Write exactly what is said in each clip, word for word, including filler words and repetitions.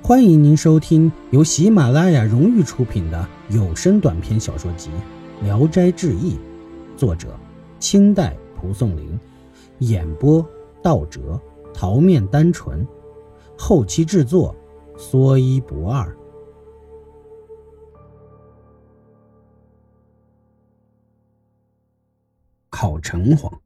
欢迎您收听由喜马拉雅荣誉出品的有声短篇小说集《聊斋志异》，作者清代蒲松龄，演播道哲、桃面单纯，后期制作说一不二。烤城隍。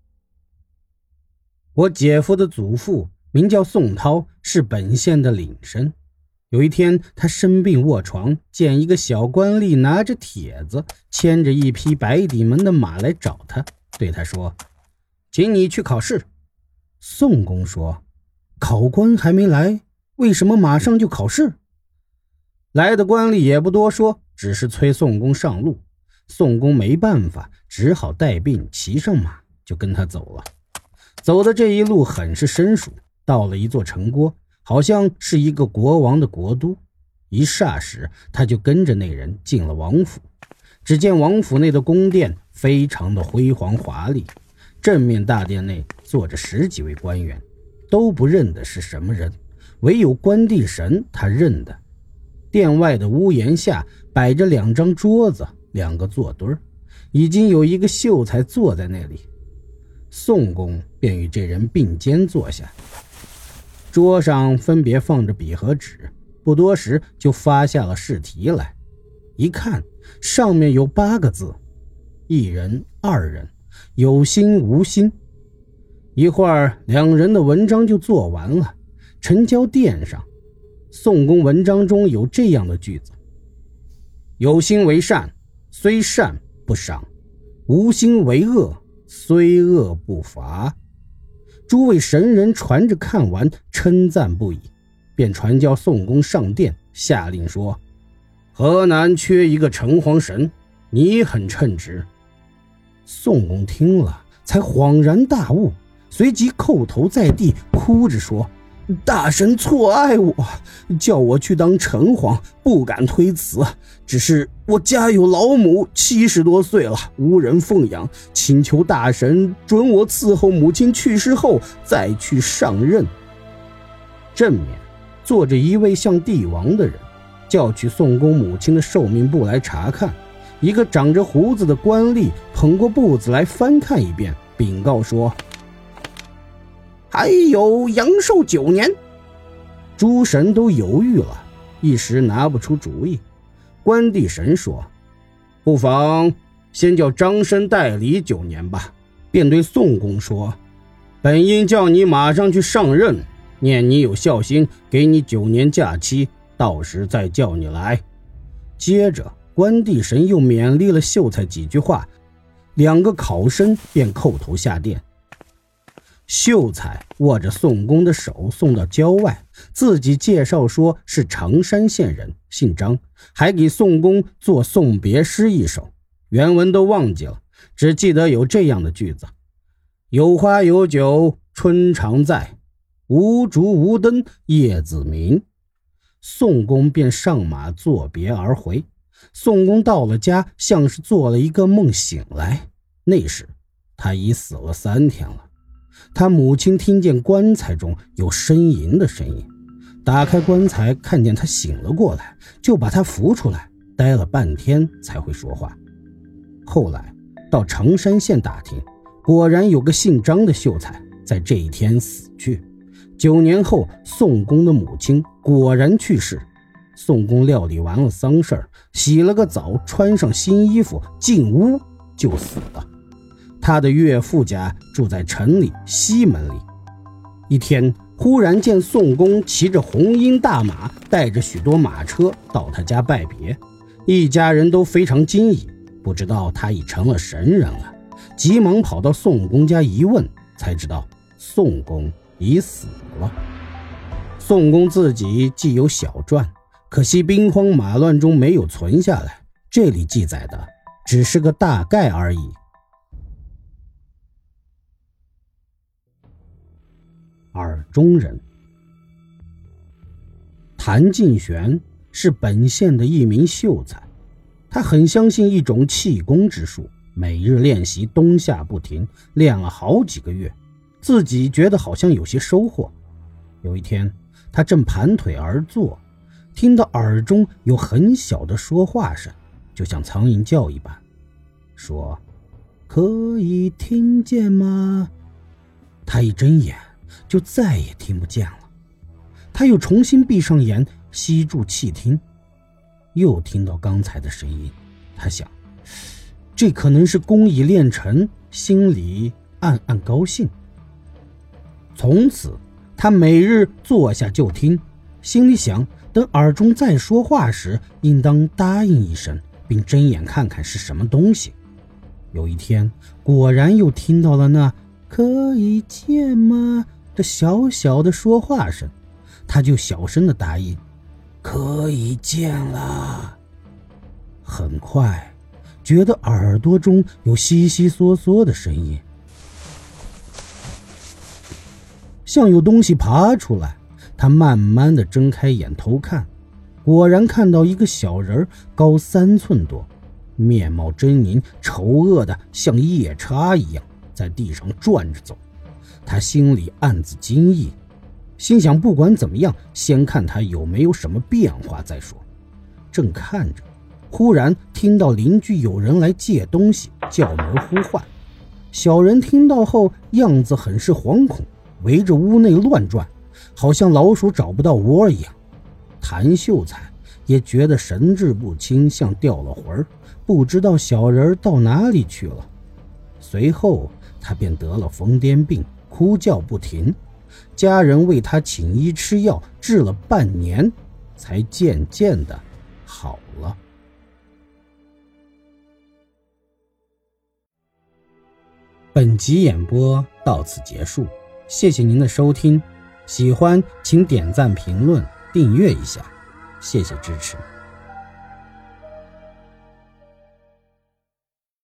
我姐夫的祖父名叫宋涛，是本县的领绅。有一天他生病卧床，见一个小官吏拿着帖子，牵着一匹白底门的马来找他，对他说：请你去考试。宋公说：考官还没来，为什么马上就考试？来的官吏也不多说，只是催宋公上路。宋公没办法，只好带病骑上马就跟他走了。走的这一路很是生疏，到了一座城郭，好像是一个国王的国都。一霎时他就跟着那人进了王府。只见王府内的宫殿非常的辉煌华丽，正面大殿内坐着十几位官员，都不认得是什么人，唯有关帝神他认得。殿外的屋檐下摆着两张桌子，两个坐堆儿，已经有一个秀才坐在那里。宋公便与这人并肩坐下，桌上分别放着笔和纸，不多时就发下了试题来。一看上面有八个字：一人、二人，有心无心。一会儿两人的文章就做完了，呈交殿上。宋公文章中有这样的句子：有心为善，虽善不赏；无心为恶，虽恶不罚。诸位神人传着看完，称赞不已，便传叫宋公上殿，下令说：河南缺一个城隍神，你很称职。宋公听了才恍然大悟，随即叩头在地，哭着说：大神错爱我，叫我去当城隍，不敢推辞。只是我家有老母，七十多岁了，无人奉养，请求大神准我伺候母亲去世后再去上任。正面坐着一位像帝王的人，叫取宋公母亲的寿命簿来查看。一个长着胡子的官吏捧过簿子来翻看一遍，禀告说：还有阳寿九年。诸神都犹豫了，一时拿不出主意。关帝神说：不妨先叫张申代理九年吧。便对宋公说：本应叫你马上去上任，念你有孝心，给你九年假期，到时再叫你来。接着关帝神又勉励了秀才几句话，两个考生便叩头下殿。秀才握着宋公的手送到郊外，自己介绍说是常山县人，姓张，还给宋公做送别诗一首，原文都忘记了，只记得有这样的句子：有花有酒春常在，无烛无灯夜自明。宋公便上马作别而回。宋公到了家，像是做了一个梦醒来，那时他已死了三天了。他母亲听见棺材中有呻吟的声音，打开棺材看见他醒了过来，就把他扶出来，待了半天才会说话。后来到常山县打听，果然有个姓张的秀才在这一天死去。九年后，宋公的母亲果然去世。宋公料理完了丧事儿，洗了个澡，穿上新衣服，进屋就死了。他的岳父家住在城里西门里。一天忽然见宋公骑着红缨大马，带着许多马车到他家拜别，一家人都非常惊异，不知道他已成了神人了，急忙跑到宋公家一问，才知道宋公已死了。宋公自己既有小传，可惜兵荒马乱中没有存下来，这里记载的只是个大概而已。耳中人。谭敬玄是本县的一名秀才，他很相信一种气功之术，每日练习冬夏不停，练了好几个月，自己觉得好像有些收获。有一天他正盘腿而坐，听到耳中有很小的说话声，就像苍蝇叫一般，说：“可以听见吗？”他一睁眼就再也听不见了。他又重新闭上眼，吸住气听，又听到刚才的声音。他想，这可能是功已练成，心里暗暗高兴。从此他每日坐下就听，心里想，等耳中再说话时，应当答应一声，并睁眼看看是什么东西。有一天，果然又听到了那可以见吗这小小的说话声，他就小声的答应，可以见了。很快觉得耳朵中有悉悉嗦嗦的声音，像有东西爬出来。他慢慢的睁开眼头看，果然看到一个小人，高三寸多，面貌狰狞，丑恶的像夜叉一样，在地上转着走。他心里暗自惊异，心想不管怎么样，先看他有没有什么变化再说。正看着，忽然听到邻居有人来借东西，叫门呼唤。小人听到后，样子很是惶恐，围着屋内乱转，好像老鼠找不到窝一样。谭秀才也觉得神志不清，像掉了魂儿，不知道小人到哪里去了。随后他便得了疯癫病，哭叫不停，家人为他请医吃药，治了半年，才渐渐的好了。本集演播到此结束，谢谢您的收听，喜欢请点赞评论订阅一下，谢谢支持。